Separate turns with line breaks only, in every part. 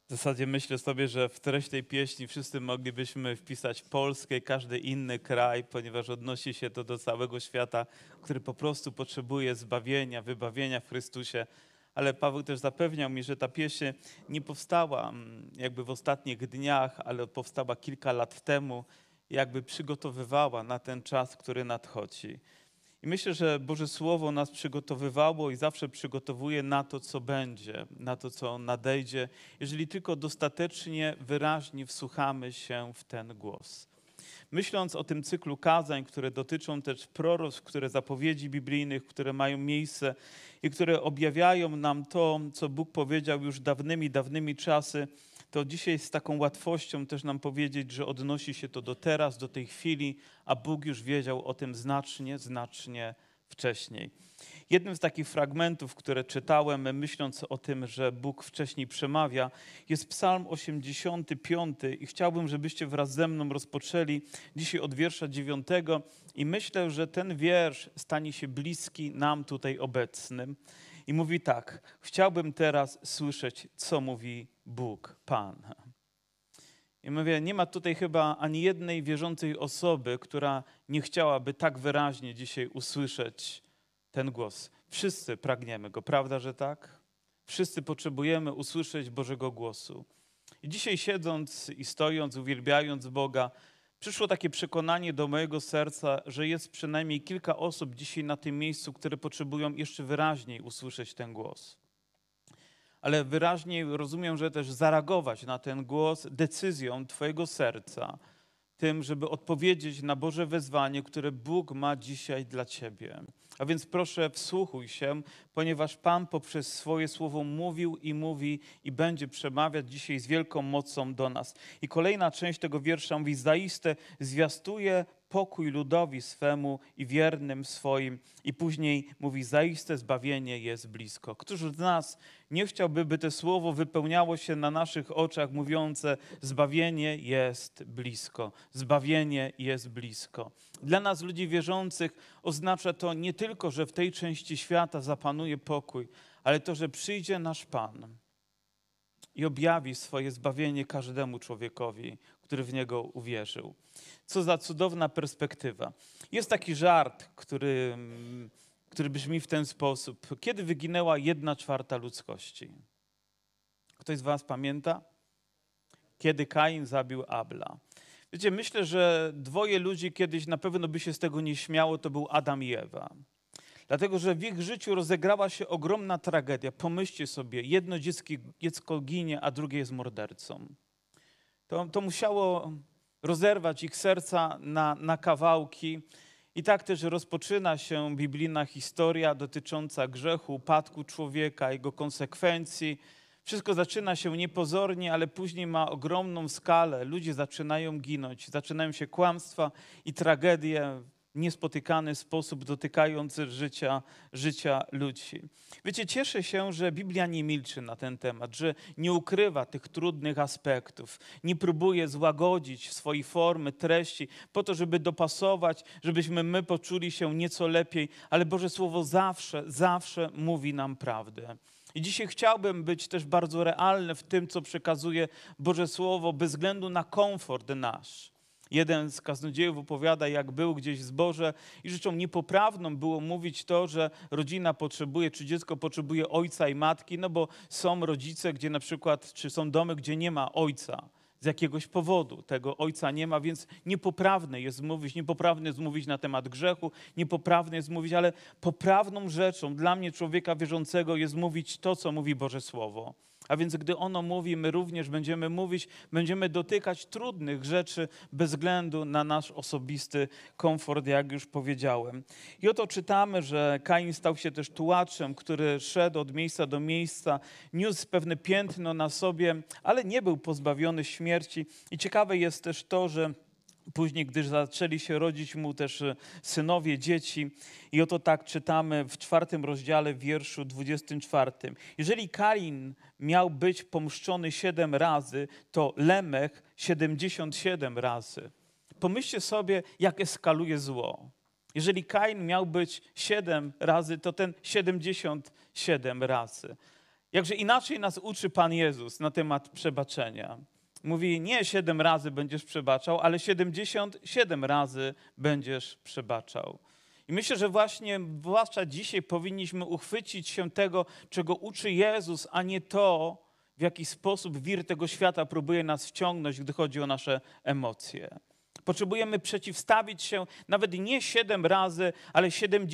W zasadzie myślę sobie, że w treść tej pieśni wszyscy moglibyśmy wpisać Polskę i każdy inny kraj, ponieważ odnosi się to do całego świata, który po prostu potrzebuje zbawienia, wybawienia w Chrystusie. Ale Paweł też zapewniał mi, że ta pieśń nie powstała jakby w ostatnich dniach, ale powstała kilka lat temu, jakby przygotowywała na ten czas, który nadchodzi. I myślę, że Boże Słowo nas przygotowywało i zawsze przygotowuje na to, co będzie, na to, co nadejdzie, jeżeli tylko dostatecznie wyraźnie wsłuchamy się w ten głos. Myśląc o tym cyklu kazań, które dotyczą też proroctw, które zapowiedzi biblijnych, które mają miejsce i które objawiają nam to, co Bóg powiedział już dawnymi czasy, to dzisiaj z taką łatwością też nam powiedzieć, że odnosi się to do teraz, do tej chwili, a Bóg już wiedział o tym znacznie wcześniej. Jednym z takich fragmentów, które czytałem, myśląc o tym, że Bóg wcześniej przemawia, jest Psalm 85 i chciałbym, żebyście wraz ze mną rozpoczęli dzisiaj od wiersza 9 i myślę, że ten wiersz stanie się bliski nam tutaj obecnym. I mówi tak: chciałbym teraz słyszeć, co mówi Bóg, Pan. I mówię, nie ma tutaj chyba ani jednej wierzącej osoby, która nie chciałaby tak wyraźnie dzisiaj usłyszeć ten głos. Wszyscy pragniemy go, prawda, że tak? Wszyscy potrzebujemy usłyszeć Bożego głosu. I dzisiaj siedząc i stojąc, uwielbiając Boga, przyszło takie przekonanie do mojego serca, że jest przynajmniej kilka osób dzisiaj na tym miejscu, które potrzebują jeszcze wyraźniej usłyszeć ten głos. Ale wyraźniej rozumiem, że też zareagować na ten głos decyzją Twojego serca, tym, żeby odpowiedzieć na Boże wezwanie, które Bóg ma dzisiaj dla Ciebie. A więc proszę, wsłuchuj się, ponieważ Pan poprzez swoje słowo mówił i mówi i będzie przemawiać dzisiaj z wielką mocą do nas. I kolejna część tego wiersza mówi: zaiste zwiastuje pokój ludowi swemu i wiernym swoim. I później mówi: zaiste zbawienie jest blisko. Któż z nas nie chciałby, by to słowo wypełniało się na naszych oczach, mówiące: zbawienie jest blisko, zbawienie jest blisko. Dla nas, ludzi wierzących, oznacza to nie tylko, że w tej części świata zapanuje pokój, ale to, że przyjdzie nasz Pan i objawi swoje zbawienie każdemu człowiekowi, który w Niego uwierzył. Co za cudowna perspektywa. Jest taki żart, który brzmi w ten sposób. Kiedy wyginęła 1/4 ludzkości? Ktoś z was pamięta? Kiedy Kain zabił Abla. Wiecie, myślę, że dwoje ludzi kiedyś na pewno by się z tego nie śmiało, to był Adam i Ewa. Dlatego, że w ich życiu rozegrała się ogromna tragedia. Pomyślcie sobie, jedno dziecko ginie, a drugie jest mordercą. To musiało rozerwać ich serca na kawałki. I tak też rozpoczyna się biblijna historia dotycząca grzechu, upadku człowieka, jego konsekwencji. Wszystko zaczyna się niepozornie, ale później ma ogromną skalę. Ludzie zaczynają ginąć, zaczynają się kłamstwa i tragedie w niespotykany sposób dotykający życia ludzi. Wiecie, cieszę się, że Biblia nie milczy na ten temat, że nie ukrywa tych trudnych aspektów, nie próbuje złagodzić swojej formy, treści po to, żeby dopasować, żebyśmy my poczuli się nieco lepiej, ale Boże Słowo zawsze mówi nam prawdę. I dzisiaj chciałbym być też bardzo realny w tym, co przekazuje Boże Słowo, bez względu na komfort nasz. Jeden z kaznodziejów opowiada, jak był gdzieś w zborze i rzeczą niepoprawną było mówić to, że rodzina potrzebuje, czy dziecko potrzebuje ojca i matki, no bo są rodzice, gdzie na przykład, czy są domy, gdzie nie ma ojca. Z jakiegoś powodu tego ojca nie ma, więc niepoprawne jest mówić na temat grzechu, niepoprawne jest mówić, ale poprawną rzeczą dla mnie, człowieka wierzącego, jest mówić to, co mówi Boże Słowo. A więc gdy ono mówi, my również będziemy mówić, będziemy dotykać trudnych rzeczy bez względu na nasz osobisty komfort, jak już powiedziałem. I oto czytamy, że Kain stał się też tułaczem, który szedł od miejsca do miejsca, niósł pewne piętno na sobie, ale nie był pozbawiony śmierci. I ciekawe jest też to, że później, gdyż zaczęli się rodzić mu też synowie, dzieci. I oto tak czytamy w 4 rozdziale, w wierszu 24. Jeżeli Kain miał być pomszczony 7 razy, to Lemech 77 razy. Pomyślcie sobie, jak eskaluje zło. Jeżeli Kain miał być 7 razy, to ten 77 razy. Jakże inaczej nas uczy Pan Jezus na temat przebaczenia. Mówi, nie 7 razy będziesz przebaczał, ale 77 razy będziesz przebaczał. I myślę, że właśnie, zwłaszcza dzisiaj, powinniśmy uchwycić się tego, czego uczy Jezus, a nie to, w jaki sposób wir tego świata próbuje nas wciągnąć, gdy chodzi o nasze emocje. Potrzebujemy przeciwstawić się nawet nie 7 razy, ale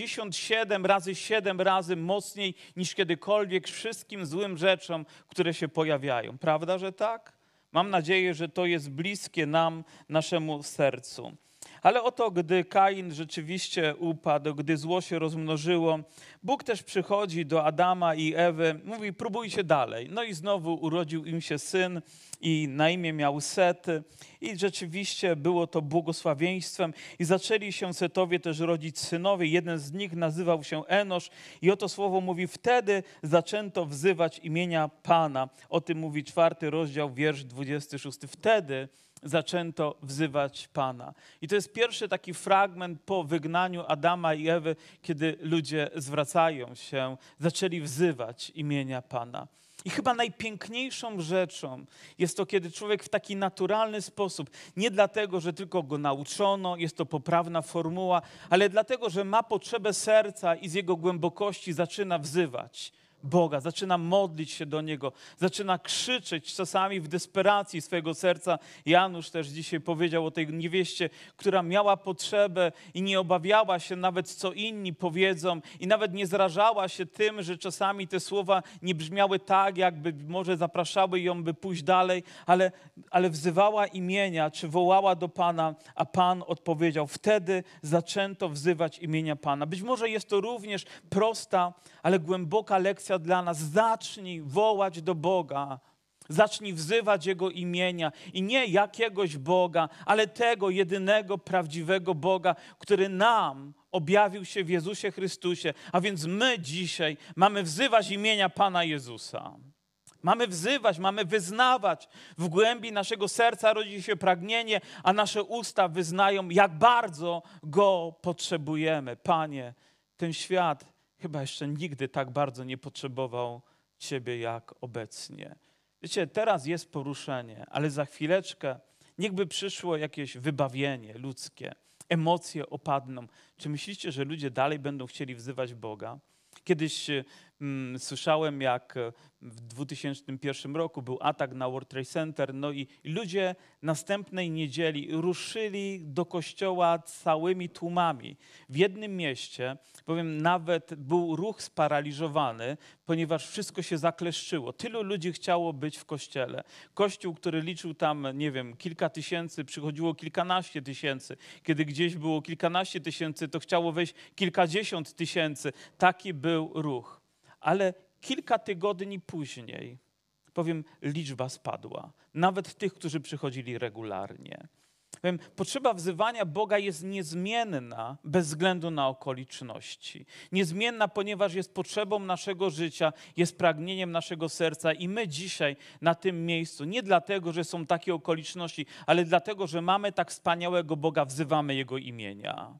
77 razy 7 razy mocniej niż kiedykolwiek wszystkim złym rzeczom, które się pojawiają. Prawda, że tak? Mam nadzieję, że to jest bliskie nam, naszemu sercu. Ale oto, gdy Kain rzeczywiście upadł, gdy zło się rozmnożyło, Bóg też przychodzi do Adama i Ewy, mówi, próbujcie dalej. No i znowu urodził im się syn i na imię miał Set. I rzeczywiście było to błogosławieństwem i zaczęli się Setowie też rodzić synowie. Jeden z nich nazywał się Enosz i oto słowo mówi, wtedy zaczęto wzywać imienia Pana. O tym mówi 4 rozdział, wiersz 26. Wtedy zaczęto wzywać Pana. I to jest pierwszy taki fragment po wygnaniu Adama i Ewy, kiedy ludzie zwracają się, zaczęli wzywać imienia Pana. I chyba najpiękniejszą rzeczą jest to, kiedy człowiek w taki naturalny sposób, nie dlatego, że tylko go nauczono, jest to poprawna formuła, ale dlatego, że ma potrzebę serca i z jego głębokości zaczyna wzywać Boga, zaczyna modlić się do Niego, zaczyna krzyczeć czasami w desperacji swojego serca. Janusz też dzisiaj powiedział o tej niewieście, która miała potrzebę i nie obawiała się nawet, co inni powiedzą i nawet nie zrażała się tym, że czasami te słowa nie brzmiały tak, jakby może zapraszały ją, by pójść dalej, ale wzywała imienia, czy wołała do Pana, a Pan odpowiedział. Wtedy zaczęto wzywać imienia Pana. Być może jest to również prosta, ale głęboka lekcja dla nas. Zacznij wołać do Boga. Zacznij wzywać Jego imienia i nie jakiegoś Boga, ale tego jedynego, prawdziwego Boga, który nam objawił się w Jezusie Chrystusie. A więc my dzisiaj mamy wzywać imienia Pana Jezusa. Mamy wzywać, mamy wyznawać. W głębi naszego serca rodzi się pragnienie, a nasze usta wyznają, jak bardzo Go potrzebujemy. Panie, ten świat chyba jeszcze nigdy tak bardzo nie potrzebował Ciebie jak obecnie. Wiecie, teraz jest poruszenie, ale za chwileczkę niechby przyszło jakieś wybawienie ludzkie, emocje opadną. Czy myślicie, że ludzie dalej będą chcieli wzywać Boga? Kiedyś słyszałem, jak w 2001 roku był atak na World Trade Center, no i ludzie następnej niedzieli ruszyli do kościoła całymi tłumami. W jednym mieście, powiem, nawet był ruch sparaliżowany, ponieważ wszystko się zakleszczyło. Tylu ludzi chciało być w kościele. Kościół, który liczył tam, nie wiem, kilka tysięcy, przychodziło kilkanaście tysięcy. Kiedy gdzieś było kilkanaście tysięcy, to chciało wejść kilkadziesiąt tysięcy. Taki był ruch. Ale kilka tygodni później, powiem, liczba spadła. Nawet tych, którzy przychodzili regularnie. Powiem, potrzeba wzywania Boga jest niezmienna bez względu na okoliczności. Niezmienna, ponieważ jest potrzebą naszego życia, jest pragnieniem naszego serca i my dzisiaj na tym miejscu, nie dlatego, że są takie okoliczności, ale dlatego, że mamy tak wspaniałego Boga, wzywamy Jego imienia.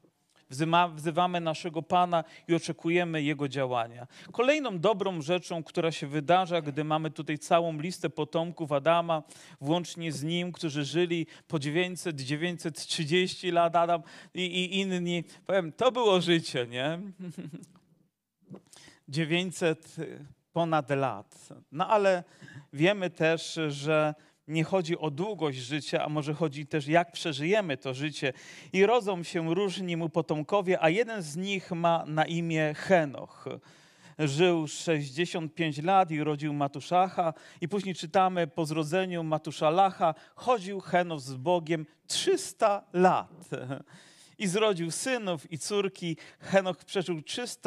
Wzywamy naszego Pana i oczekujemy Jego działania. Kolejną dobrą rzeczą, która się wydarza, gdy mamy tutaj całą listę potomków Adama, włącznie z nim, którzy żyli po 930 lat, Adam i inni. Powiem, to było życie, nie? 900 ponad lat. No ale wiemy też, że nie chodzi o długość życia, a może chodzi też, jak przeżyjemy to życie. I rodzą się różni mu potomkowie, a jeden z nich ma na imię Henoch. Żył 65 lat i urodził Matuszacha. I później czytamy, po zrodzeniu Matuszalacha chodził Henoch z Bogiem 300 lat. I zrodził synów i córki. Henoch przeżył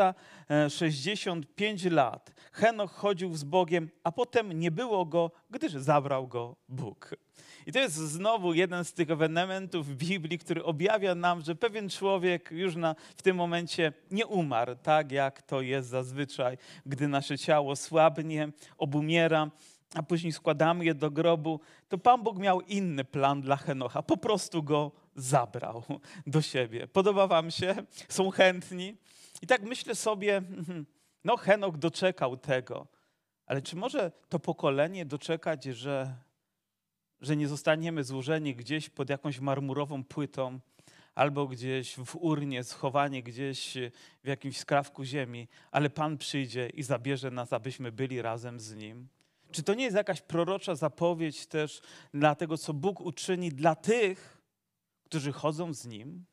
365 lat. Henoch chodził z Bogiem, a potem nie było go, gdyż zabrał go Bóg. I to jest znowu jeden z tych ewenementów w Biblii, który objawia nam, że pewien człowiek już w tym momencie nie umarł, tak jak to jest zazwyczaj, gdy nasze ciało słabnie, obumiera, a później składamy je do grobu, to Pan Bóg miał inny plan dla Henocha. Po prostu go zabrał do siebie. Podoba wam się? Są chętni? I tak myślę sobie, no Henoch doczekał tego, Ale czy może to pokolenie doczekać, że nie zostaniemy złożeni gdzieś pod jakąś marmurową płytą, albo gdzieś w urnie, schowani gdzieś w jakimś skrawku ziemi, ale Pan przyjdzie i zabierze nas, abyśmy byli razem z Nim? Czy to nie jest jakaś prorocza zapowiedź też dla tego, co Bóg uczyni dla tych, którzy chodzą z Nim?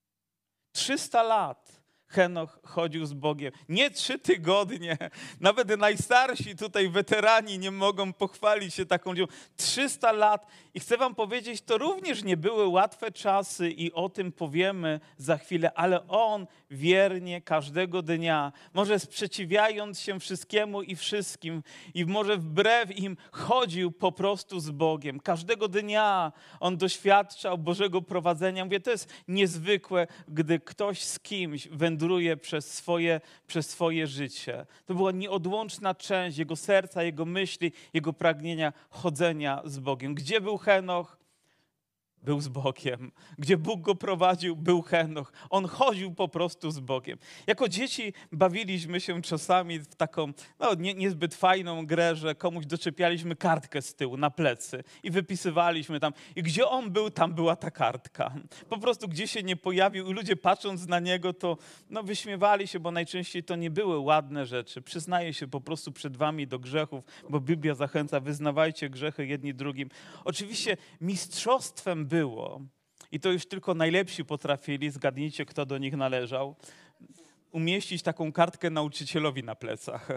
300 lat Henoch chodził z Bogiem. Nie 3 tygodnie. Nawet najstarsi tutaj weterani nie mogą pochwalić się taką liczbą. 300 lat. I chcę wam powiedzieć, to również nie były łatwe czasy i o tym powiemy za chwilę, ale on wiernie każdego dnia, może sprzeciwiając się wszystkiemu i wszystkim i może wbrew im chodził po prostu z Bogiem. Każdego dnia on doświadczał Bożego prowadzenia. Mówię, to jest niezwykłe, gdy ktoś z kimś wędruje przez swoje życie. To była nieodłączna część jego serca, jego myśli, jego pragnienia chodzenia z Bogiem. Gdzie był Henoch? Był z Bogiem. Gdzie Bóg go prowadził, był Henoch. On chodził po prostu z Bogiem. Jako dzieci bawiliśmy się czasami w taką niezbyt fajną grę, że komuś doczepialiśmy kartkę z tyłu na plecy i wypisywaliśmy tam. I gdzie on był, tam była ta kartka. Po prostu gdzie się nie pojawił i ludzie patrząc na niego, to wyśmiewali się, bo najczęściej to nie były ładne rzeczy. Przyznaję się po prostu przed wami do grzechów, bo Biblia zachęca, wyznawajcie grzechy jedni drugim. Oczywiście mistrzostwem było, i to już tylko najlepsi potrafili, zgadnijcie, kto do nich należał, umieścić taką kartkę nauczycielowi na plecach,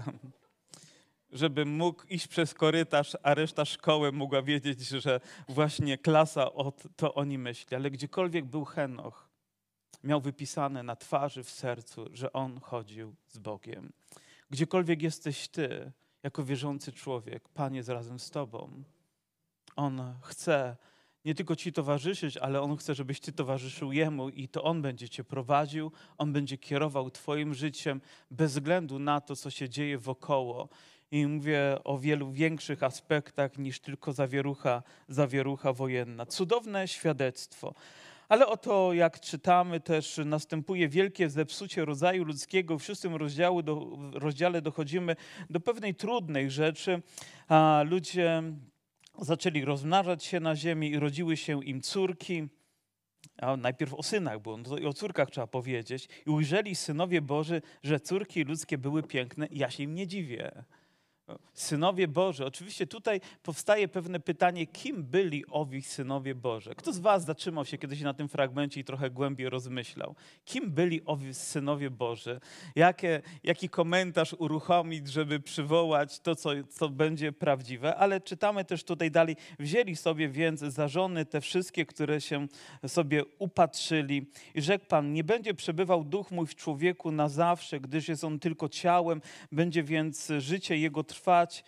żeby mógł iść przez korytarz, a reszta szkoły mogła wiedzieć, że właśnie klasa to oni myśli. Ale gdziekolwiek był Henoch, miał wypisane na twarzy, w sercu, że on chodził z Bogiem. Gdziekolwiek jesteś ty, jako wierzący człowiek, Pan jest razem z tobą. On chce nie tylko ci towarzyszyć, ale on chce, żebyś ty towarzyszył Jemu i to On będzie cię prowadził, On będzie kierował twoim życiem bez względu na to, co się dzieje wokoło. I mówię o wielu większych aspektach niż tylko zawierucha wojenna. Cudowne świadectwo. Ale oto, jak czytamy, też następuje wielkie zepsucie rodzaju ludzkiego. W 6 rozdziale dochodzimy do pewnej trudnej rzeczy. A ludzie zaczęli rozmnażać się na ziemi i rodziły się im córki. A najpierw o synach było, no to i o córkach trzeba powiedzieć. I ujrzeli synowie Boży, że córki ludzkie były piękne. Ja się im nie dziwię. Synowie Boży. Oczywiście tutaj powstaje pewne pytanie, kim byli owi synowie Boże? Kto z was zatrzymał się kiedyś na tym fragmencie i trochę głębiej rozmyślał? Kim byli owi synowie Boży? Jaki komentarz uruchomić, żeby przywołać to, co będzie prawdziwe? Ale czytamy też tutaj dalej. Wzięli sobie więc za żony te wszystkie, które się sobie upatrzyli. I rzekł Pan, nie będzie przebywał duch mój w człowieku na zawsze, gdyż jest on tylko ciałem. Będzie więc życie jego trwać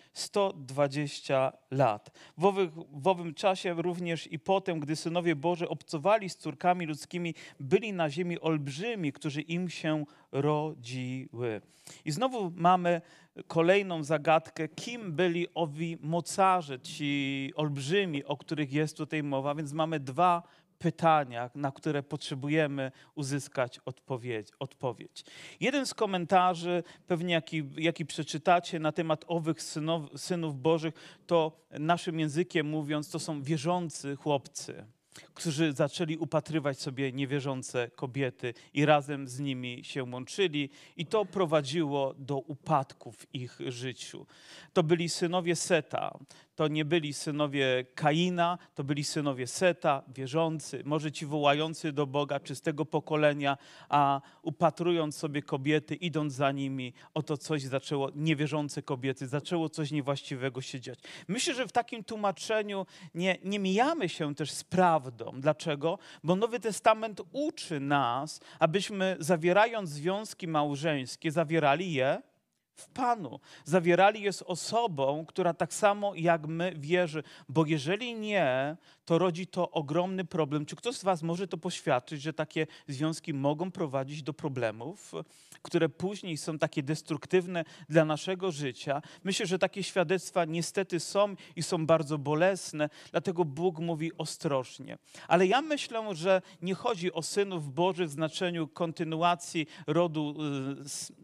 120 lat. W owym czasie również i potem, gdy synowie Boży obcowali z córkami ludzkimi, byli na ziemi olbrzymi, którzy im się rodziły. I znowu mamy kolejną zagadkę, kim byli owi mocarze, ci olbrzymi, o których jest tutaj mowa, więc mamy 2 pytania, na które potrzebujemy uzyskać odpowiedź. Jeden z komentarzy, pewnie jaki przeczytacie na temat owych synów Bożych, to naszym językiem mówiąc, to są wierzący chłopcy, którzy zaczęli upatrywać sobie niewierzące kobiety i razem z nimi się łączyli i to prowadziło do upadku w ich życiu. To byli synowie Seta, to nie byli synowie Kaina, to byli synowie Seta, wierzący, może ci wołający do Boga czystego pokolenia, a upatrując sobie kobiety, idąc za nimi, oto coś zaczęło, niewierzące kobiety, zaczęło coś niewłaściwego się dziać. Myślę, że w takim tłumaczeniu nie mijamy się też z prawdą. Dlaczego? Bo Nowy Testament uczy nas, abyśmy zawierając związki małżeńskie, zawierali je w Panu. Zawierali je z osobą, która tak samo jak my wierzy. Bo jeżeli nie, to rodzi to ogromny problem. Czy ktoś z was może to poświadczyć, że takie związki mogą prowadzić do problemów, które później są takie destruktywne dla naszego życia? Myślę, że takie świadectwa niestety są i są bardzo bolesne, dlatego Bóg mówi ostrożnie. Ale ja myślę, że nie chodzi o synów Bożych w znaczeniu kontynuacji rodu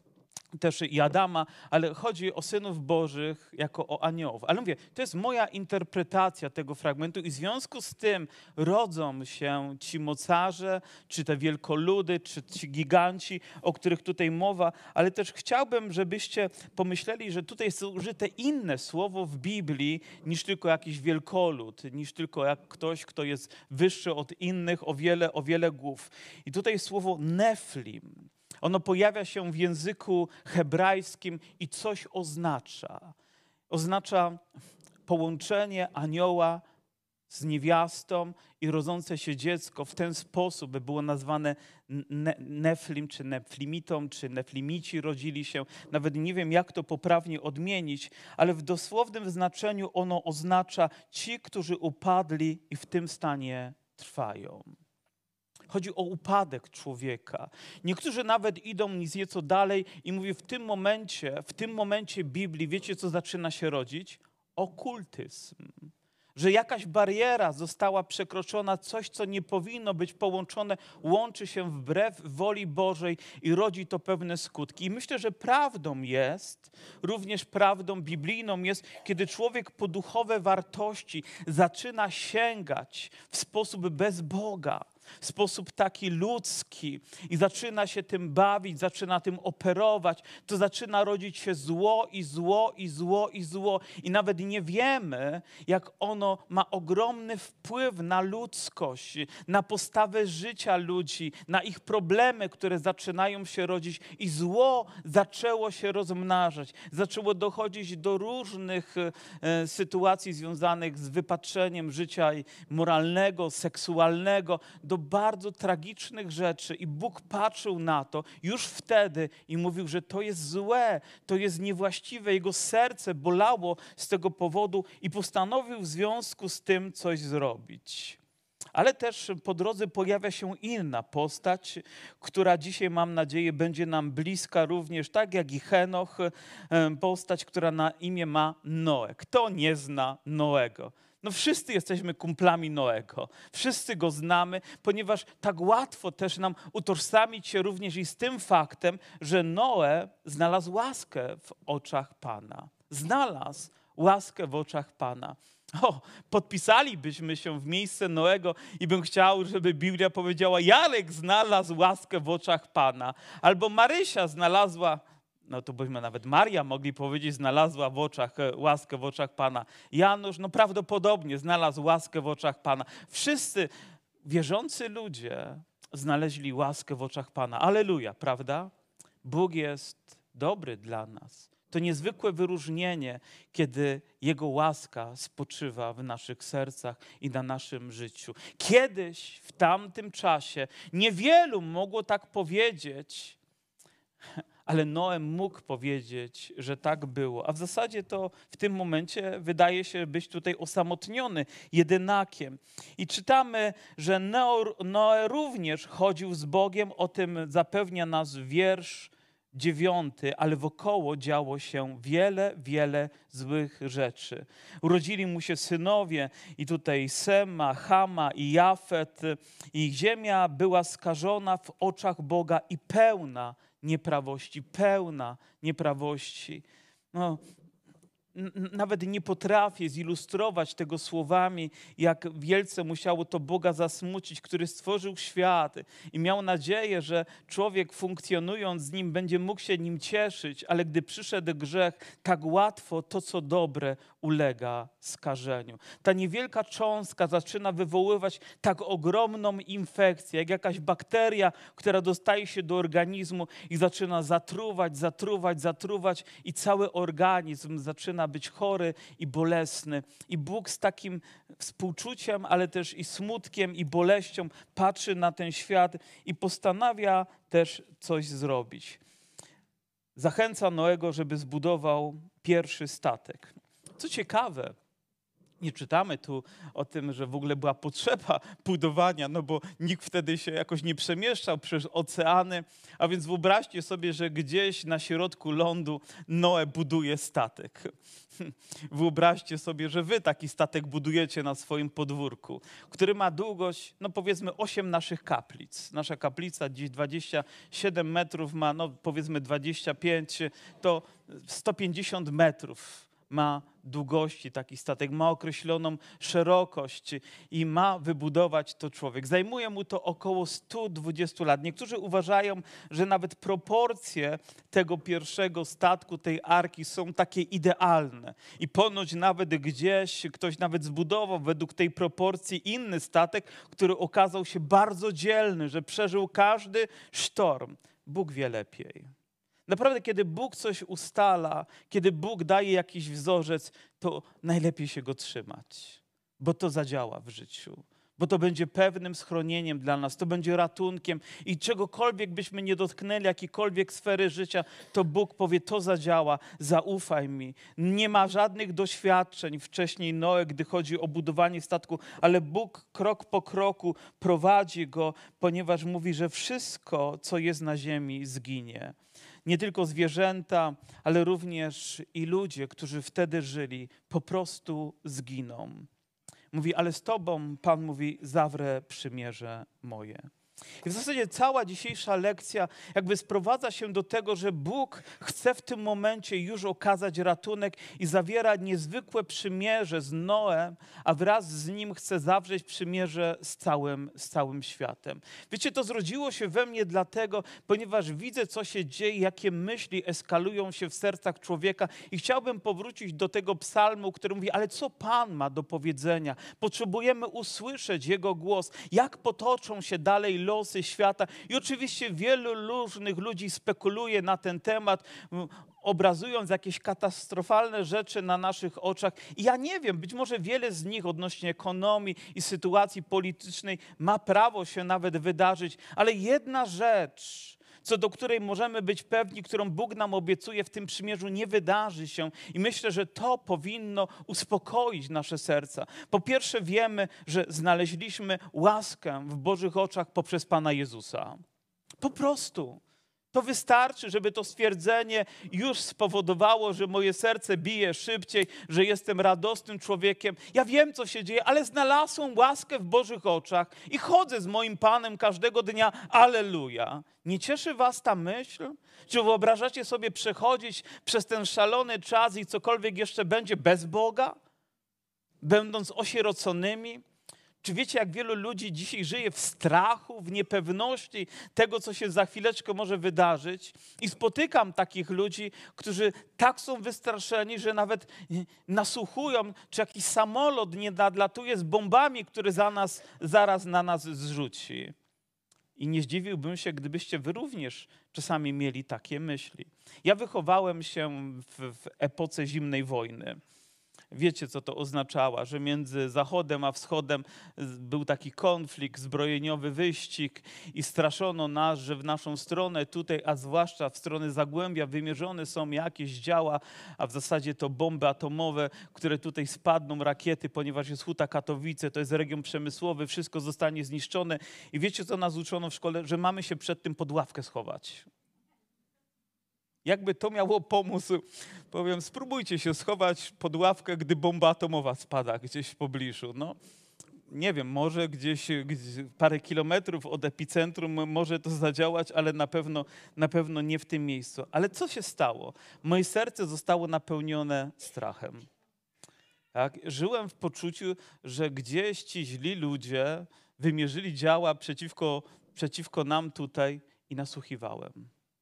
też i Adama, ale chodzi o synów bożych jako o aniołów. Ale mówię, to jest moja interpretacja tego fragmentu i w związku z tym rodzą się ci mocarze, czy te wielkoludy, czy ci giganci, o których tutaj mowa, ale też chciałbym, żebyście pomyśleli, że tutaj jest użyte inne słowo w Biblii niż tylko jakiś wielkolud, niż tylko jak ktoś, kto jest wyższy od innych o wiele głów. I tutaj słowo Neflim. Ono pojawia się w języku hebrajskim i coś oznacza. Oznacza połączenie anioła z niewiastą i rodzące się dziecko w ten sposób, by było nazwane Neflim, czy Neflimitą, czy Neflimici rodzili się. Nawet nie wiem, jak to poprawnie odmienić, ale w dosłownym znaczeniu ono oznacza ci, którzy upadli i w tym stanie trwają. Chodzi o upadek człowieka. Niektórzy nawet idą nieco dalej i mówią w tym momencie Biblii, wiecie co zaczyna się rodzić? Okultyzm. Że jakaś bariera została przekroczona, coś co nie powinno być połączone, łączy się wbrew woli Bożej i rodzi to pewne skutki. I myślę, że prawdą jest, również prawdą biblijną jest, kiedy człowiek po duchowe wartości zaczyna sięgać w sposób bez Boga, w sposób taki ludzki i zaczyna się tym bawić, zaczyna tym operować, to zaczyna rodzić się zło i zło i zło i zło. I nawet nie wiemy, jak ono ma ogromny wpływ na ludzkość, na postawę życia ludzi, na ich problemy, które zaczynają się rodzić. I zło zaczęło się rozmnażać. Zaczęło dochodzić do różnych sytuacji związanych z wypatrzeniem życia moralnego, seksualnego, do bardzo tragicznych rzeczy i Bóg patrzył na to już wtedy i mówił, że to jest złe, to jest niewłaściwe. Jego serce bolało z tego powodu i postanowił w związku z tym coś zrobić. Ale też po drodze pojawia się inna postać, która dzisiaj, mam nadzieję, będzie nam bliska również, tak jak i Henoch, postać, która na imię ma Noe. Kto nie zna Noego? No wszyscy jesteśmy kumplami Noego. Wszyscy go znamy, ponieważ tak łatwo też nam utożsamić się również i z tym faktem, że Noe znalazł łaskę w oczach Pana. Znalazł łaskę w oczach Pana. Podpisalibyśmy się w miejsce Noego i bym chciał, żeby Biblia powiedziała: Jarek znalazł łaskę w oczach Pana. Albo Marysia znalazła, no to byśmy nawet Maria mogli powiedzieć, znalazła łaskę w oczach Pana. Janusz, no prawdopodobnie znalazł łaskę w oczach Pana. Wszyscy wierzący ludzie znaleźli łaskę w oczach Pana. Alleluja, prawda? Bóg jest dobry dla nas. To niezwykłe wyróżnienie, kiedy Jego łaska spoczywa w naszych sercach i na naszym życiu. Kiedyś, w tamtym czasie, niewielu mogło tak powiedzieć, ale Noe mógł powiedzieć, że tak było. A w zasadzie to w tym momencie wydaje się być tutaj osamotniony, jedynakiem. I czytamy, że Noe również chodził z Bogiem, o tym zapewnia nas wiersz 9, ale wokoło działo się wiele złych rzeczy. Urodzili mu się synowie i tutaj Sema, Chama i Jafet. Ich ziemia była skażona w oczach Boga i pełna nieprawości. No, nawet nie potrafię zilustrować tego słowami, jak wielce musiało to Boga zasmucić, który stworzył świat i miał nadzieję, że człowiek funkcjonując z nim będzie mógł się nim cieszyć, ale gdy przyszedł grzech, tak łatwo to, co dobre, ulega skażeniu. Ta niewielka cząstka zaczyna wywoływać tak ogromną infekcję, jak jakaś bakteria, która dostaje się do organizmu i zaczyna zatruwać i cały organizm zaczyna być chory i bolesny. I Bóg z takim współczuciem, ale też i smutkiem i boleścią patrzy na ten świat i postanawia też coś zrobić. Zachęca Noego, żeby zbudował pierwszy statek. Co ciekawe, Nie czytamy tu o tym, że w ogóle była potrzeba budowania, no bo nikt wtedy się jakoś nie przemieszczał przez oceany. A więc wyobraźcie sobie, że gdzieś na środku lądu Noe buduje statek. Wyobraźcie sobie, że wy taki statek budujecie na swoim podwórku, który ma długość, no powiedzmy 8 naszych kaplic. Nasza kaplica dziś 27 metrów ma, no powiedzmy 25, to 150 metrów ma długości taki statek, ma określoną szerokość i ma wybudować to człowiek. Zajmuje mu to około 120 lat. Niektórzy uważają, że nawet proporcje tego pierwszego statku, tej arki są takie idealne. I ponoć nawet gdzieś ktoś nawet zbudował według tej proporcji inny statek, który okazał się bardzo dzielny, że przeżył każdy sztorm. Bóg wie lepiej. Naprawdę, kiedy Bóg coś ustala, kiedy Bóg daje jakiś wzorzec, to najlepiej się go trzymać, bo to zadziała w życiu, bo to będzie pewnym schronieniem dla nas, to będzie ratunkiem i czegokolwiek byśmy nie dotknęli, jakiejkolwiek sfery życia, to Bóg powie, to zadziała, zaufaj mi. Nie ma żadnych doświadczeń wcześniej Noe, gdy chodzi o budowanie statku, ale Bóg krok po kroku prowadzi go, ponieważ mówi, że wszystko, co jest na ziemi, zginie. Nie tylko zwierzęta, ale również i ludzie, którzy wtedy żyli, po prostu zginą. Mówi, ale z Tobą, Pan mówi, zawrę przymierze moje. I w zasadzie cała dzisiejsza lekcja jakby sprowadza się do tego, że Bóg chce w tym momencie już okazać ratunek i zawiera niezwykłe przymierze z Noem, a wraz z nim chce zawrzeć przymierze z całym światem. Wiecie, to zrodziło się we mnie dlatego, ponieważ widzę, co się dzieje, jakie myśli eskalują się w sercach człowieka i chciałbym powrócić do tego psalmu, który mówi, ale co Pan ma do powiedzenia? Potrzebujemy usłyszeć Jego głos, jak potoczą się dalej losy świata. I oczywiście wielu różnych ludzi spekuluje na ten temat, obrazując jakieś katastrofalne rzeczy na naszych oczach. I ja nie wiem, być może wiele z nich odnośnie ekonomii i sytuacji politycznej ma prawo się nawet wydarzyć, ale jedna rzecz, co do której możemy być pewni, którą Bóg nam obiecuje w tym przymierzu, nie wydarzy się. I myślę, że to powinno uspokoić nasze serca. Po pierwsze wiemy, że znaleźliśmy łaskę w Bożych oczach poprzez Pana Jezusa. Po prostu. To wystarczy, żeby to stwierdzenie już spowodowało, że moje serce bije szybciej, że jestem radosnym człowiekiem. Ja wiem, co się dzieje, ale znalazłem łaskę w Bożych oczach i chodzę z moim Panem każdego dnia. Alleluja. Nie cieszy was ta myśl? Czy wyobrażacie sobie przechodzić przez ten szalony czas i cokolwiek jeszcze będzie bez Boga? Będąc osieroconymi? Czy wiecie, jak wielu ludzi dzisiaj żyje w strachu, w niepewności tego, co się za chwileczkę może wydarzyć? I spotykam takich ludzi, którzy tak są wystraszeni, że nawet nasłuchują, czy jakiś samolot nie nadlatuje z bombami, który zaraz na nas zrzuci. I nie zdziwiłbym się, gdybyście wy również czasami mieli takie myśli. Ja wychowałem się w epoce zimnej wojny. Wiecie, co to oznaczało, że między Zachodem a Wschodem był taki konflikt, zbrojeniowy wyścig i straszono nas, że w naszą stronę tutaj, a zwłaszcza w stronę Zagłębia wymierzone są jakieś działa, a w zasadzie to bomby atomowe, które tutaj spadną, rakiety, ponieważ jest Huta Katowice, to jest region przemysłowy, wszystko zostanie zniszczone. I wiecie, co nas uczono w szkole? Że mamy się przed tym pod ławkę schować. Jakby to miało pomóc, powiem, spróbujcie się schować pod ławkę, gdy bomba atomowa spada gdzieś w pobliżu. No, nie wiem, może gdzieś parę kilometrów od epicentrum może to zadziałać, ale na pewno nie w tym miejscu. Ale co się stało? Moje serce zostało napełnione strachem. Tak? Żyłem w poczuciu, że gdzieś ci źli ludzie wymierzyli działa przeciwko nam tutaj i nasłuchiwałem.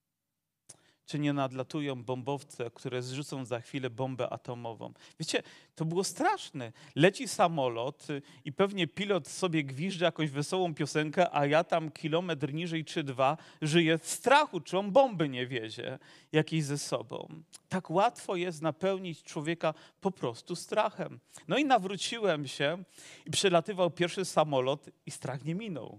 Czy nie nadlatują bombowce, które zrzucą za chwilę bombę atomową. Wiecie, to było straszne. Leci samolot i pewnie pilot sobie gwizdże jakąś wesołą piosenkę, a ja tam kilometr niżej czy dwa żyję w strachu, czy on bomby nie wiezie jakiejś ze sobą. Tak łatwo jest napełnić człowieka po prostu strachem. No i nawróciłem się i przelatywał pierwszy samolot i strach nie minął.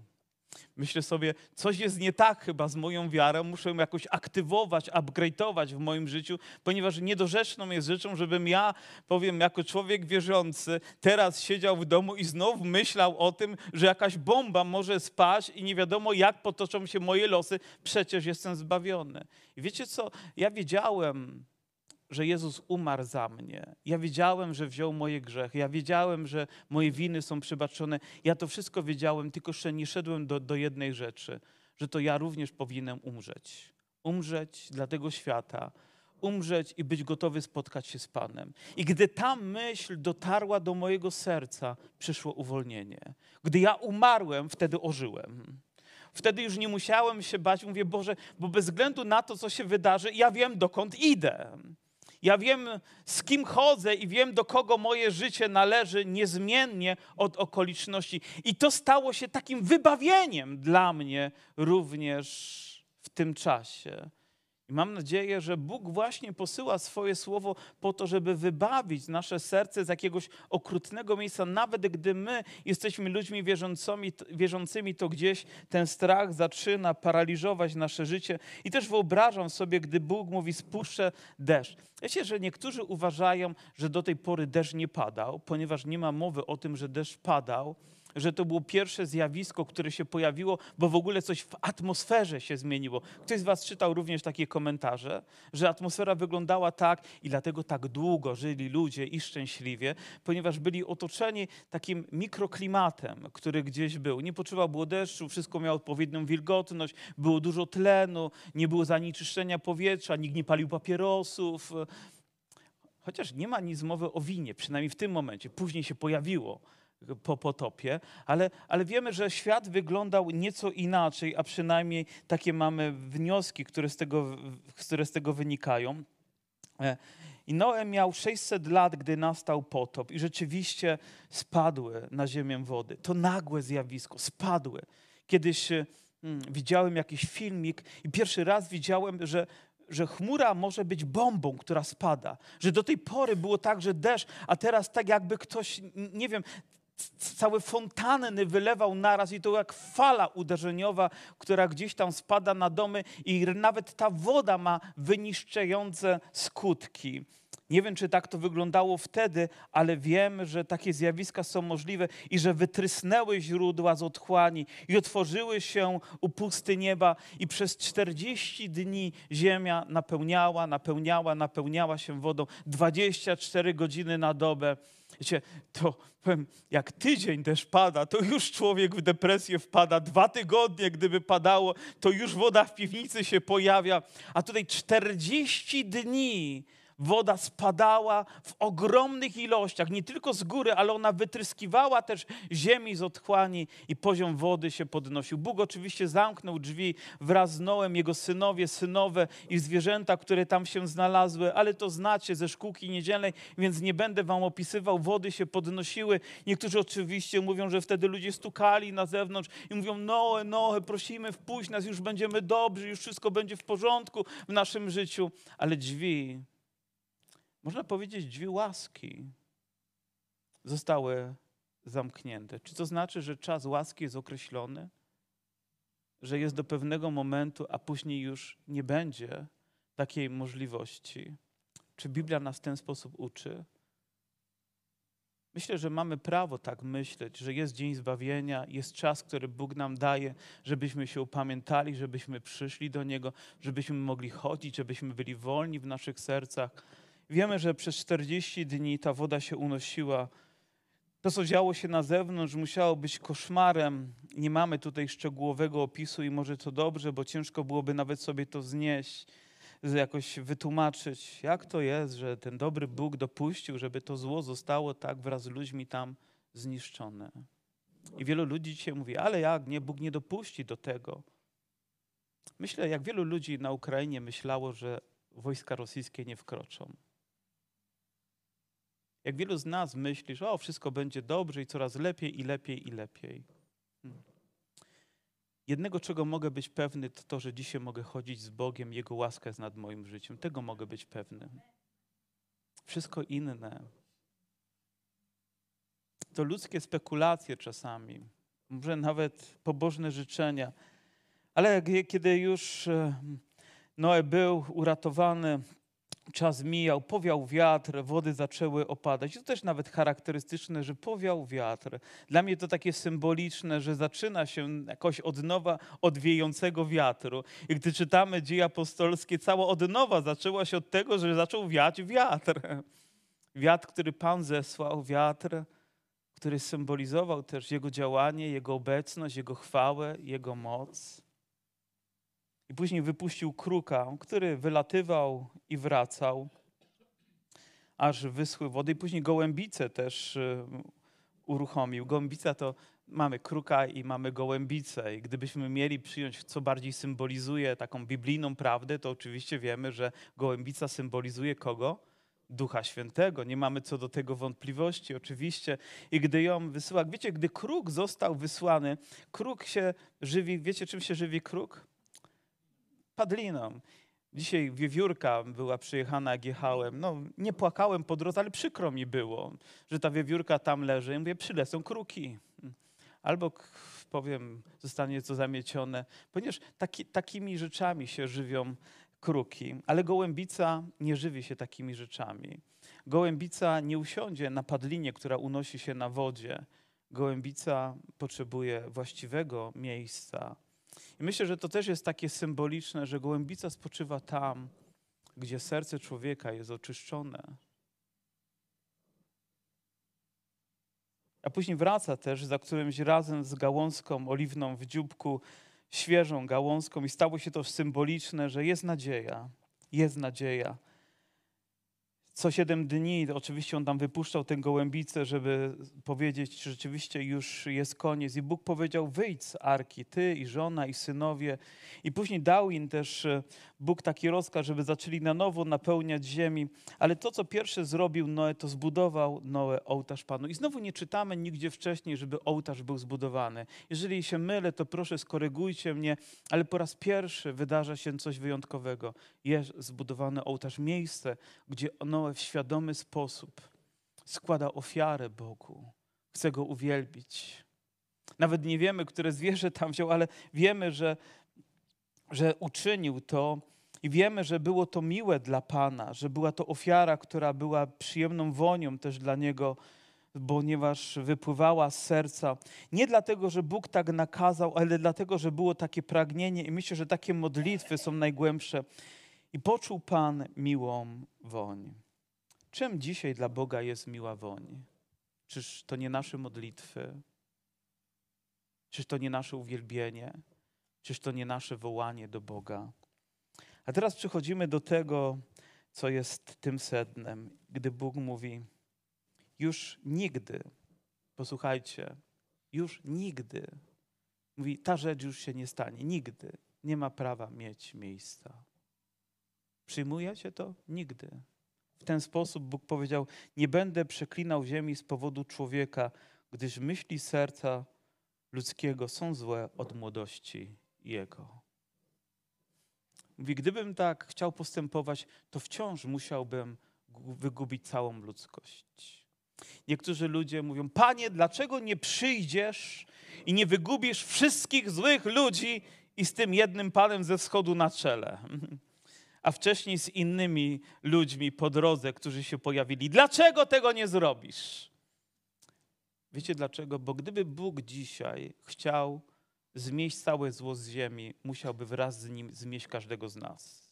Myślę sobie, coś jest nie tak chyba z moją wiarą, muszę ją jakoś aktywować, upgrade'ować w moim życiu, ponieważ niedorzeczną jest rzeczą, żebym ja, powiem, jako człowiek wierzący, teraz siedział w domu i znów myślał o tym, że jakaś bomba może spaść i nie wiadomo, jak potoczą się moje losy, przecież jestem zbawiony. I wiecie co, ja wiedziałem, że Jezus umarł za mnie. Ja wiedziałem, że wziął moje grzechy. Ja wiedziałem, że moje winy są przebaczone. Ja to wszystko wiedziałem, tylko jeszcze nie szedłem do jednej rzeczy, że to ja również powinienem umrzeć. Umrzeć dla tego świata, umrzeć i być gotowy spotkać się z Panem. I gdy ta myśl dotarła do mojego serca, przyszło uwolnienie. Gdy ja umarłem, wtedy ożyłem. Wtedy już nie musiałem się bać. Mówię, Boże, bo bez względu na to, co się wydarzy, ja wiem, dokąd idę. Ja wiem, z kim chodzę i wiem, do kogo moje życie należy niezmiennie od okoliczności. I to stało się takim wybawieniem dla mnie również w tym czasie. I mam nadzieję, że Bóg właśnie posyła swoje słowo po to, żeby wybawić nasze serce z jakiegoś okrutnego miejsca. Nawet gdy my jesteśmy ludźmi wierzącymi, to gdzieś ten strach zaczyna paraliżować nasze życie. I też wyobrażam sobie, gdy Bóg mówi, spuszczę deszcz. Wiecie, że niektórzy uważają, że do tej pory deszcz nie padał, ponieważ nie ma mowy o tym, że deszcz padał, że to było pierwsze zjawisko, które się pojawiło, bo w ogóle coś w atmosferze się zmieniło. Ktoś z was czytał również takie komentarze, że atmosfera wyglądała tak i dlatego tak długo żyli ludzie i szczęśliwie, ponieważ byli otoczeni takim mikroklimatem, który gdzieś był. Nie potrzeba było deszczu, wszystko miało odpowiednią wilgotność, było dużo tlenu, nie było zanieczyszczenia powietrza, nikt nie palił papierosów. Chociaż nie ma nic mowy o winie, przynajmniej w tym momencie. Później się pojawiło po potopie, ale wiemy, że świat wyglądał nieco inaczej, a przynajmniej takie mamy wnioski, które z tego wynikają. I Noe miał 600 lat, gdy nastał potop i rzeczywiście spadły na ziemię wody. To nagłe zjawisko, spadły. Kiedyś widziałem jakiś filmik i pierwszy raz widziałem, że chmura może być bombą, która spada. Że do tej pory było tak, że deszcz, a teraz tak jakby ktoś, nie wiem, całe fontanny wylewał naraz i to jak fala uderzeniowa, która gdzieś tam spada na domy i nawet ta woda ma wyniszczające skutki. Nie wiem, czy tak to wyglądało wtedy, ale wiem, że takie zjawiska są możliwe i że wytrysnęły źródła z otchłani i otworzyły się upusty nieba i przez 40 dni ziemia napełniała się wodą 24 godziny na dobę. Wiecie, to powiem, jak tydzień deszcz pada, to już człowiek w depresję wpada. 2 tygodnie, gdyby padało, to już woda w piwnicy się pojawia. A tutaj 40 dni woda spadała w ogromnych ilościach, nie tylko z góry, ale ona wytryskiwała też ziemi z otchłani i poziom wody się podnosił. Bóg oczywiście zamknął drzwi wraz z Noem, jego synowe i zwierzęta, które tam się znalazły, ale to znacie ze szkółki niedzielnej, więc nie będę wam opisywał. Wody się podnosiły. Niektórzy oczywiście mówią, że wtedy ludzie stukali na zewnątrz i mówią, Noe, prosimy, wpuść nas, już będziemy dobrzy, już wszystko będzie w porządku w naszym życiu. Ale drzwi, można powiedzieć, drzwi łaski zostały zamknięte. Czy to znaczy, że czas łaski jest określony? Że jest do pewnego momentu, a później już nie będzie takiej możliwości? Czy Biblia nas w ten sposób uczy? Myślę, że mamy prawo tak myśleć, że jest dzień zbawienia, jest czas, który Bóg nam daje, żebyśmy się upamiętali, żebyśmy przyszli do Niego, żebyśmy mogli chodzić, żebyśmy byli wolni w naszych sercach. Wiemy, że przez 40 dni ta woda się unosiła. To, co działo się na zewnątrz, musiało być koszmarem. Nie mamy tutaj szczegółowego opisu i może to dobrze, bo ciężko byłoby nawet sobie to znieść, jakoś wytłumaczyć, jak to jest, że ten dobry Bóg dopuścił, żeby to zło zostało tak wraz z ludźmi tam zniszczone. I wielu ludzi dzisiaj mówi, ale jak, nie, Bóg nie dopuści do tego. Myślę, jak wielu ludzi na Ukrainie myślało, że wojska rosyjskie nie wkroczą. Jak wielu z nas myśli, że wszystko będzie dobrze i coraz lepiej i lepiej i lepiej. Jednego, czego mogę być pewny, to to, że dzisiaj mogę chodzić z Bogiem, Jego łaska jest nad moim życiem. Tego mogę być pewny. Wszystko inne to ludzkie spekulacje czasami. może nawet pobożne życzenia. Ale kiedy już Noe był uratowany, czas mijał, powiał wiatr, wody zaczęły opadać. I to też nawet charakterystyczne, że powiał wiatr. Dla mnie to takie symboliczne, że zaczyna się jakoś od nowa od wiejącego wiatru. I gdy czytamy Dzieje Apostolskie, cała odnowa zaczęła się od tego, że zaczął wiać wiatr. Wiatr, który Pan zesłał, wiatr, który symbolizował też Jego działanie, Jego obecność, Jego chwałę, Jego moc. I później wypuścił kruka, który wylatywał i wracał, aż wyschły wody. I później gołębicę też uruchomił. Gołębica to mamy kruka i mamy gołębicę. I gdybyśmy mieli przyjąć, co bardziej symbolizuje taką biblijną prawdę, to oczywiście wiemy, że gołębica symbolizuje kogo? Ducha Świętego. Nie mamy co do tego wątpliwości, oczywiście. I gdy ją wysyła, wiecie, gdy kruk został wysłany, kruk się żywi, wiecie czym się żywi kruk? Padliną. Dzisiaj wiewiórka była przyjechana, jak jechałem. No, nie płakałem po drodze, ale przykro mi było, że ta wiewiórka tam leży. I mówię, przylecą kruki. Albo, powiem, zostanie to zamiecione. Ponieważ takimi rzeczami się żywią kruki. Ale gołębica nie żywi się takimi rzeczami. Gołębica nie usiądzie na padlinie, która unosi się na wodzie. Gołębica potrzebuje właściwego miejsca. I myślę, że to też jest takie symboliczne, że gołębica spoczywa tam, gdzie serce człowieka jest oczyszczone. A później wraca też za którymś razem z gałązką oliwną w dzióbku, świeżą gałązką i stało się to symboliczne, że jest nadzieja, jest nadzieja. Co 7 dni, oczywiście on tam wypuszczał tę gołębicę, żeby powiedzieć, że rzeczywiście już jest koniec. I Bóg powiedział, wyjdź z arki, ty i żona i synowie. I później dał im też Bóg taki rozkaz, żeby zaczęli na nowo napełniać ziemi. Ale to, co pierwsze zrobił Noe, to zbudował Noe ołtarz Panu. I znowu nie czytamy nigdzie wcześniej, żeby ołtarz był zbudowany. Jeżeli się mylę, to proszę skorygujcie mnie, ale po raz pierwszy wydarza się coś wyjątkowego. Jest zbudowany ołtarz, miejsce, gdzie Noe w świadomy sposób składa ofiarę Bogu. Chce Go uwielbić. Nawet nie wiemy, które zwierzę tam wziął, ale wiemy, że uczynił to i wiemy, że było to miłe dla Pana, że była to ofiara, która była przyjemną wonią też dla Niego, ponieważ wypływała z serca. Nie dlatego, że Bóg tak nakazał, ale dlatego, że było takie pragnienie i myślę, że takie modlitwy są najgłębsze. I poczuł Pan miłą woń. Czym dzisiaj dla Boga jest miła woń? Czyż to nie nasze modlitwy? Czyż to nie nasze uwielbienie? Czyż to nie nasze wołanie do Boga? A teraz przechodzimy do tego, co jest tym sednem, gdy Bóg mówi, już nigdy, posłuchajcie, już nigdy, mówi, ta rzecz już się nie stanie, nigdy nie ma prawa mieć miejsca. Przyjmujecie to? Nigdy. W ten sposób Bóg powiedział, nie będę przeklinał ziemi z powodu człowieka, gdyż myśli serca ludzkiego są złe od młodości jego. Mówi, gdybym tak chciał postępować, to wciąż musiałbym wygubić całą ludzkość. Niektórzy ludzie mówią, Panie, dlaczego nie przyjdziesz i nie wygubisz wszystkich złych ludzi i z tym jednym Panem ze wschodu na czele? A wcześniej z innymi ludźmi po drodze, którzy się pojawili. Dlaczego tego nie zrobisz? Wiecie dlaczego? Bo gdyby Bóg dzisiaj chciał zmieść całe zło z ziemi, musiałby wraz z nim zmieść każdego z nas.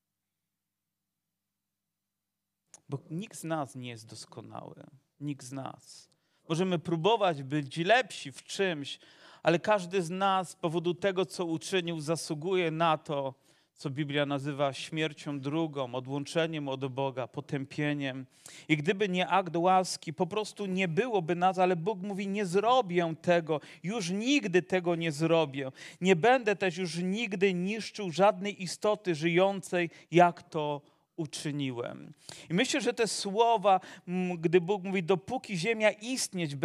Bo nikt z nas nie jest doskonały. Nikt z nas. Możemy próbować być lepsi w czymś, ale każdy z nas z powodu tego, co uczynił, zasługuje na to, co Biblia nazywa śmiercią drugą, odłączeniem od Boga, potępieniem. I gdyby nie akt łaski, po prostu nie byłoby nas, ale Bóg mówi, nie zrobię tego, już nigdy tego nie zrobię. Nie będę też już nigdy niszczył żadnej istoty żyjącej, jak to uczyniłem. I myślę, że te słowa, gdy Bóg mówi, dopóki ziemia istnieć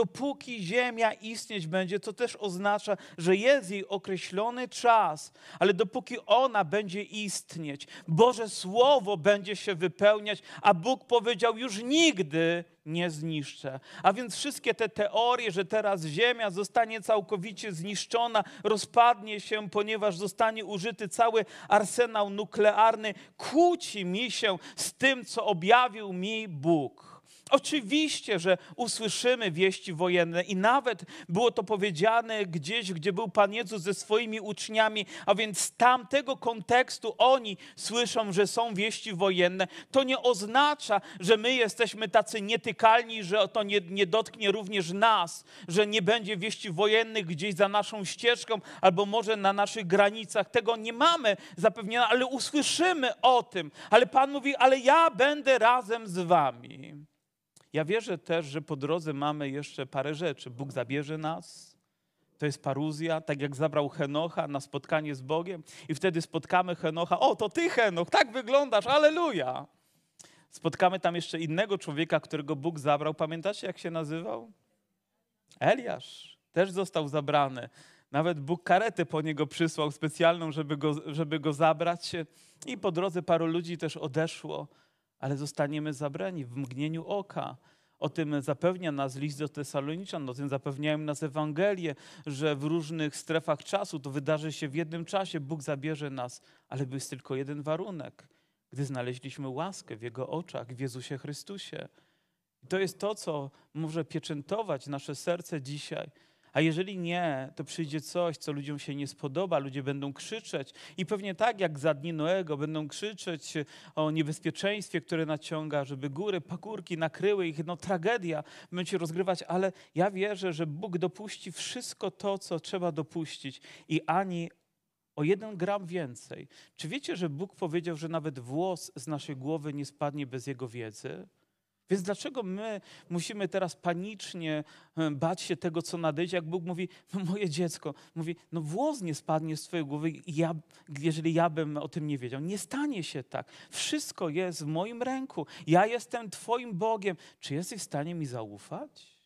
będzie, to też oznacza, że jest jej określony czas, ale dopóki ona będzie istnieć, Boże Słowo będzie się wypełniać, a Bóg powiedział, już nigdy nie zniszczę. A więc wszystkie te teorie, że teraz ziemia zostanie całkowicie zniszczona, rozpadnie się, ponieważ zostanie użyty cały arsenał nuklearny, kłóci mi się z tym, co objawił mi Bóg. Oczywiście, że usłyszymy wieści wojenne i nawet było to powiedziane gdzieś, gdzie był Pan Jezus ze swoimi uczniami, a więc z tamtego kontekstu oni słyszą, że są wieści wojenne. To nie oznacza, że my jesteśmy tacy nietykalni, że to nie dotknie również nas, że nie będzie wieści wojennych gdzieś za naszą ścieżką albo może na naszych granicach. Tego nie mamy zapewnione, ale usłyszymy o tym. Ale Pan mówi, ale ja będę razem z wami. Ja wierzę też, że po drodze mamy jeszcze parę rzeczy. Bóg zabierze nas, to jest paruzja, tak jak zabrał Henocha na spotkanie z Bogiem i wtedy spotkamy Henocha. O, to ty, Henoch, tak wyglądasz, alleluja. Spotkamy tam jeszcze innego człowieka, którego Bóg zabrał. Pamiętacie, jak się nazywał? Eliasz. Też został zabrany. Nawet Bóg karetę po niego przysłał specjalną, żeby go zabrać. I po drodze paru ludzi też odeszło. Ale zostaniemy zabrani w mgnieniu oka. O tym zapewnia nas list do Tesaloniczan, o tym zapewniają nas Ewangelie, że w różnych strefach czasu to wydarzy się w jednym czasie, Bóg zabierze nas, ale jest tylko jeden warunek, gdy znaleźliśmy łaskę w Jego oczach, w Jezusie Chrystusie. I to jest to, co może pieczętować nasze serce dzisiaj. A jeżeli nie, to przyjdzie coś, co ludziom się nie spodoba, ludzie będą krzyczeć i pewnie tak jak za dni Noego będą krzyczeć o niebezpieczeństwie, które naciąga, żeby góry, pagórki nakryły ich, tragedia będzie rozgrywać, ale ja wierzę, że Bóg dopuści wszystko to, co trzeba dopuścić i ani o 1 gram więcej. Czy wiecie, że Bóg powiedział, że nawet włos z naszej głowy nie spadnie bez Jego wiedzy? Więc dlaczego my musimy teraz panicznie bać się tego, co nadejdzie, jak Bóg mówi, moje dziecko, mówi, włos nie spadnie z twojej głowy, jeżeli ja bym o tym nie wiedział. Nie stanie się tak. Wszystko jest w moim ręku. Ja jestem twoim Bogiem. Czy jesteś w stanie mi zaufać?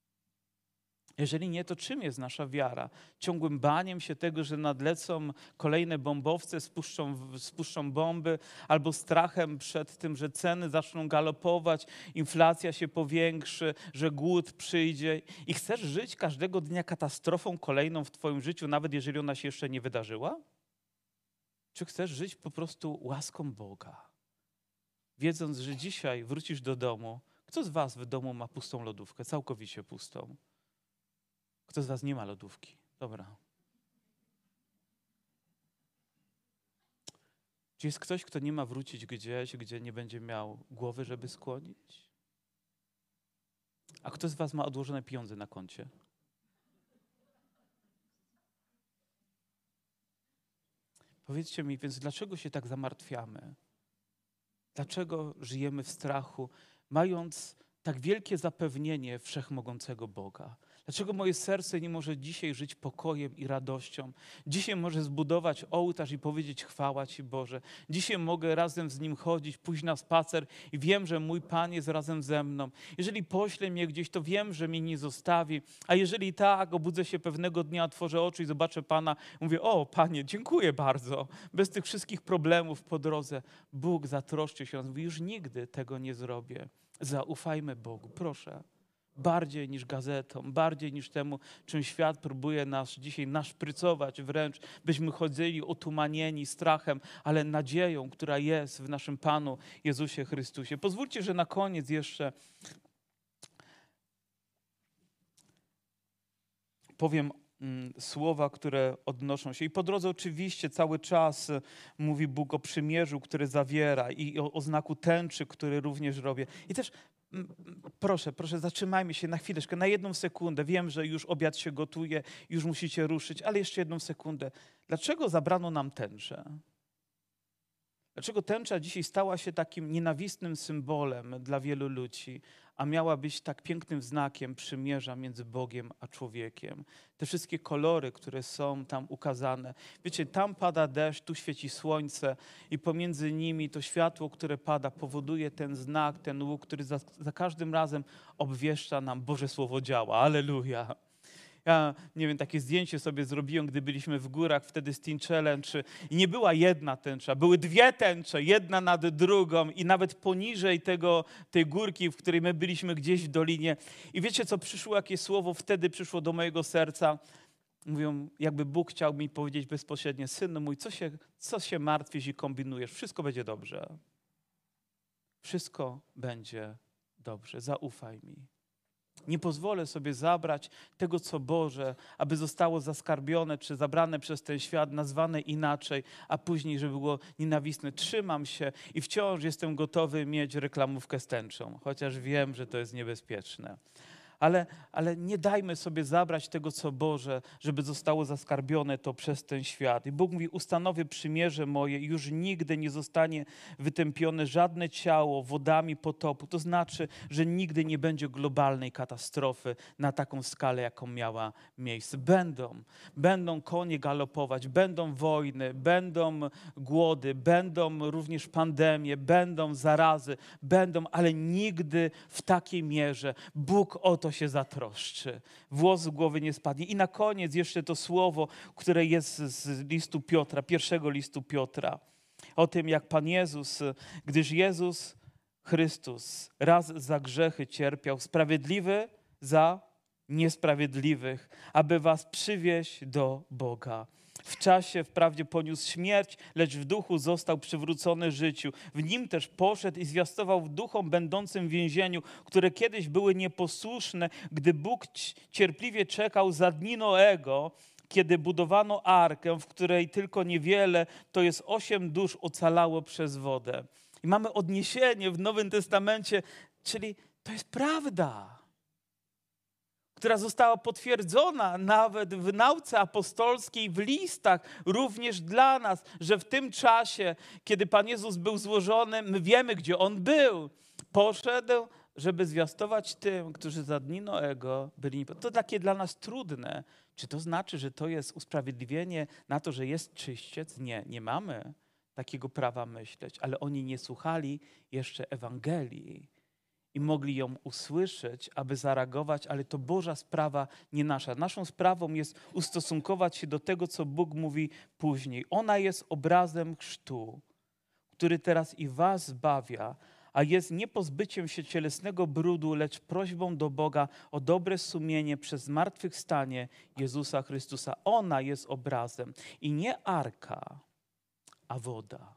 Jeżeli nie, to czym jest nasza wiara? Ciągłym baniem się tego, że nadlecą kolejne bombowce, spuszczą bomby, albo strachem przed tym, że ceny zaczną galopować, inflacja się powiększy, że głód przyjdzie i chcesz żyć każdego dnia katastrofą kolejną w twoim życiu, nawet jeżeli ona się jeszcze nie wydarzyła? Czy chcesz żyć po prostu łaską Boga? Wiedząc, że dzisiaj wrócisz do domu, kto z was w domu ma pustą lodówkę, całkowicie pustą? Kto z was nie ma lodówki? Dobra. Czy jest ktoś, kto nie ma wrócić gdzieś, gdzie nie będzie miał głowy, żeby skłonić? A kto z was ma odłożone pieniądze na koncie? Powiedzcie mi, więc dlaczego się tak zamartwiamy? Dlaczego żyjemy w strachu, mając tak wielkie zapewnienie wszechmogącego Boga? Dlaczego moje serce nie może dzisiaj żyć pokojem i radością? Dzisiaj może zbudować ołtarz i powiedzieć chwała Ci, Boże. Dzisiaj mogę razem z Nim chodzić, pójść na spacer i wiem, że mój Pan jest razem ze mną. Jeżeli pośle mnie gdzieś, to wiem, że mnie nie zostawi. A jeżeli tak, obudzę się pewnego dnia, otworzę oczy i zobaczę Pana, mówię, o Panie, dziękuję bardzo. Bez tych wszystkich problemów po drodze Bóg zatroszczy się. On mówi, już nigdy tego nie zrobię. Zaufajmy Bogu, proszę. Bardziej niż gazetą, bardziej niż temu, czym świat próbuje nas dzisiaj naszprycować wręcz, byśmy chodzili otumanieni strachem, ale nadzieją, która jest w naszym Panu Jezusie Chrystusie. Pozwólcie, że na koniec jeszcze powiem słowa, które odnoszą się. I po drodze oczywiście cały czas mówi Bóg o przymierzu, który zawiera i o znaku tęczy, który również robię. I też proszę, zatrzymajmy się na chwileczkę, na 1 sekundę. Wiem, że już obiad się gotuje, już musicie ruszyć, ale jeszcze 1 sekundę. Dlaczego zabrano nam tęczę? Dlaczego tęcza dzisiaj stała się takim nienawistnym symbolem dla wielu ludzi, a miała być tak pięknym znakiem przymierza między Bogiem a człowiekiem? Te wszystkie kolory, które są tam ukazane. Wiecie, tam pada deszcz, tu świeci słońce i pomiędzy nimi to światło, które pada, powoduje ten znak, ten łuk, który za każdym razem obwieszcza nam Boże Słowo działa. Alleluja! Ja, nie wiem, takie zdjęcie sobie zrobiłem, gdy byliśmy w górach, wtedy z Teen Challenge. I nie była jedna tęcza, były dwie tęcze, jedna nad drugą i nawet poniżej tej górki, w której my byliśmy gdzieś w dolinie. I wiecie, co przyszło, jakie słowo wtedy przyszło do mojego serca? Mówią, jakby Bóg chciał mi powiedzieć bezpośrednio: synu mój, co się martwisz i kombinujesz? Wszystko będzie dobrze. Wszystko będzie dobrze. Zaufaj mi. Nie pozwolę sobie zabrać tego, co Boże, aby zostało zaskarbione czy zabrane przez ten świat, nazwane inaczej, a później, żeby było nienawistne. Trzymam się i wciąż jestem gotowy mieć reklamówkę z tęczą, chociaż wiem, że to jest niebezpieczne. Ale nie dajmy sobie zabrać tego, co Boże, żeby zostało zaskarbione to przez ten świat. I Bóg mówi: ustanowię przymierze moje i już nigdy nie zostanie wytępione żadne ciało wodami potopu. To znaczy, że nigdy nie będzie globalnej katastrofy na taką skalę, jaką miała miejsce. Będą konie galopować, będą wojny, będą głody, będą również pandemie, będą zarazy, ale nigdy w takiej mierze. Bóg o to się zatroszczy. Włos z głowy nie spadnie. I na koniec jeszcze to słowo, które jest z listu Piotra, pierwszego listu Piotra. O tym, jak Pan Jezus, gdyż Jezus Chrystus raz za grzechy cierpiał, sprawiedliwy za niesprawiedliwych, aby was przywieźć do Boga. W czasie wprawdzie poniósł śmierć, lecz w duchu został przywrócony życiu. W nim też poszedł i zwiastował duchom będącym w więzieniu, które kiedyś były nieposłuszne, gdy Bóg cierpliwie czekał za dni Noego, kiedy budowano arkę, w której tylko niewiele, to jest 8 dusz, ocalało przez wodę. I mamy odniesienie w Nowym Testamencie, czyli to jest prawda, która została potwierdzona nawet w nauce apostolskiej, w listach, również dla nas, że w tym czasie, kiedy Pan Jezus był złożony, my wiemy, gdzie On był. Poszedł, żeby zwiastować tym, którzy za dni Noego byli. To takie dla nas trudne. Czy to znaczy, że to jest usprawiedliwienie na to, że jest czyściec? Nie, nie mamy takiego prawa myśleć, ale oni nie słuchali jeszcze Ewangelii i mogli ją usłyszeć, aby zareagować, ale to Boża sprawa, nie nasza. Naszą sprawą jest ustosunkować się do tego, co Bóg mówi później. Ona jest obrazem chrztu, który teraz i was zbawia, a jest nie pozbyciem się cielesnego brudu, lecz prośbą do Boga o dobre sumienie przez zmartwychwstanie Jezusa Chrystusa. Ona jest obrazem i nie arka, a woda.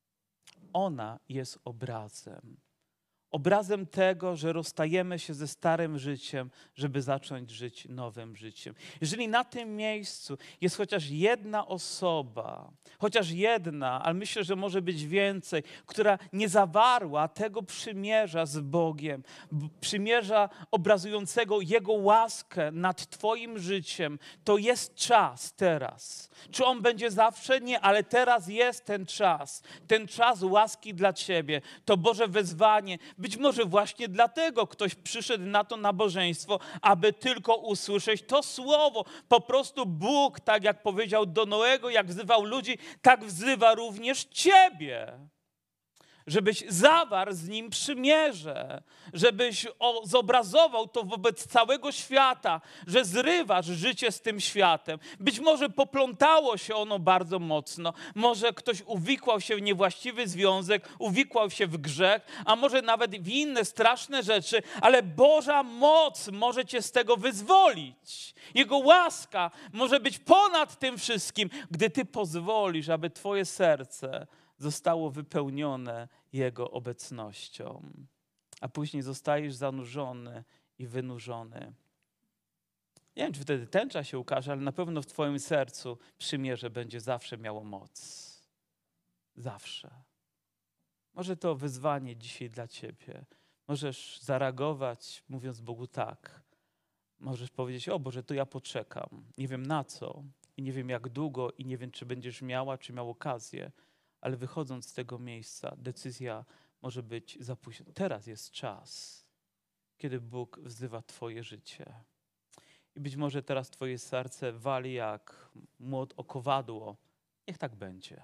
Ona jest obrazem. Obrazem tego, że rozstajemy się ze starym życiem, żeby zacząć żyć nowym życiem. Jeżeli na tym miejscu jest chociaż jedna osoba, chociaż jedna, ale myślę, że może być więcej, która nie zawarła tego przymierza z Bogiem, przymierza obrazującego Jego łaskę nad twoim życiem, to jest czas teraz. Czy on będzie zawsze? Nie, ale teraz jest ten czas łaski dla ciebie, to Boże wezwanie. Być może właśnie dlatego ktoś przyszedł na to nabożeństwo, aby tylko usłyszeć to słowo. Po prostu Bóg, tak jak powiedział do Noego, jak wzywał ludzi, tak wzywa również ciebie. Żebyś zawarł z Nim przymierze, żebyś zobrazował to wobec całego świata, że zrywasz życie z tym światem. Być może poplątało się ono bardzo mocno, może ktoś uwikłał się w niewłaściwy związek, uwikłał się w grzech, a może nawet w inne straszne rzeczy, ale Boża moc może cię z tego wyzwolić. Jego łaska może być ponad tym wszystkim, gdy ty pozwolisz, aby twoje serce zostało wypełnione Jego obecnością, a później zostajesz zanurzony i wynurzony. Nie wiem, czy wtedy tęcza się ukaże, ale na pewno w twoim sercu przymierze będzie zawsze miało moc. Zawsze. Może to wyzwanie dzisiaj dla ciebie. Możesz zareagować, mówiąc Bogu tak. Możesz powiedzieć: o Boże, to ja poczekam. Nie wiem na co i nie wiem jak długo i nie wiem, czy będziesz miała, czy miał okazję. Ale wychodząc z tego miejsca, decyzja może być za późno. Teraz jest czas, kiedy Bóg wzywa twoje życie. I być może teraz twoje serce wali jak młot o kowadło. Niech tak będzie.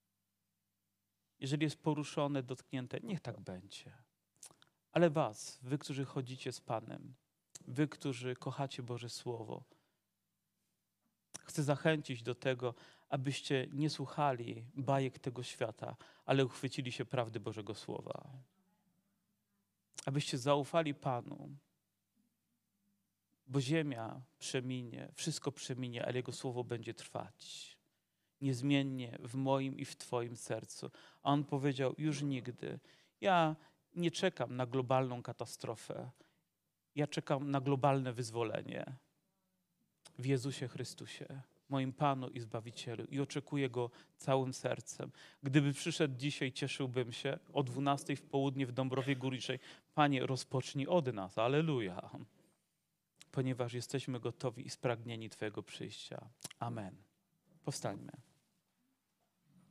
Jeżeli jest poruszone, dotknięte, niech tak będzie. Ale was, wy, którzy chodzicie z Panem, wy, którzy kochacie Boże Słowo, Chcę zachęcić do tego, abyście nie słuchali bajek tego świata, ale uchwycili się prawdy Bożego Słowa. Abyście zaufali Panu, bo ziemia przeminie, wszystko przeminie, ale Jego Słowo będzie trwać. Niezmiennie w moim i w Twoim sercu. A On powiedział, już nigdy. Ja nie czekam na globalną katastrofę. Ja czekam na globalne wyzwolenie w Jezusie Chrystusie, moim Panu i Zbawicielu, i oczekuję Go całym sercem. Gdyby przyszedł dzisiaj, cieszyłbym się o 12 w południe w Dąbrowie Górniczej. Panie, rozpocznij od nas. Alleluja. Ponieważ jesteśmy gotowi i spragnieni Twojego przyjścia. Amen. Powstańmy.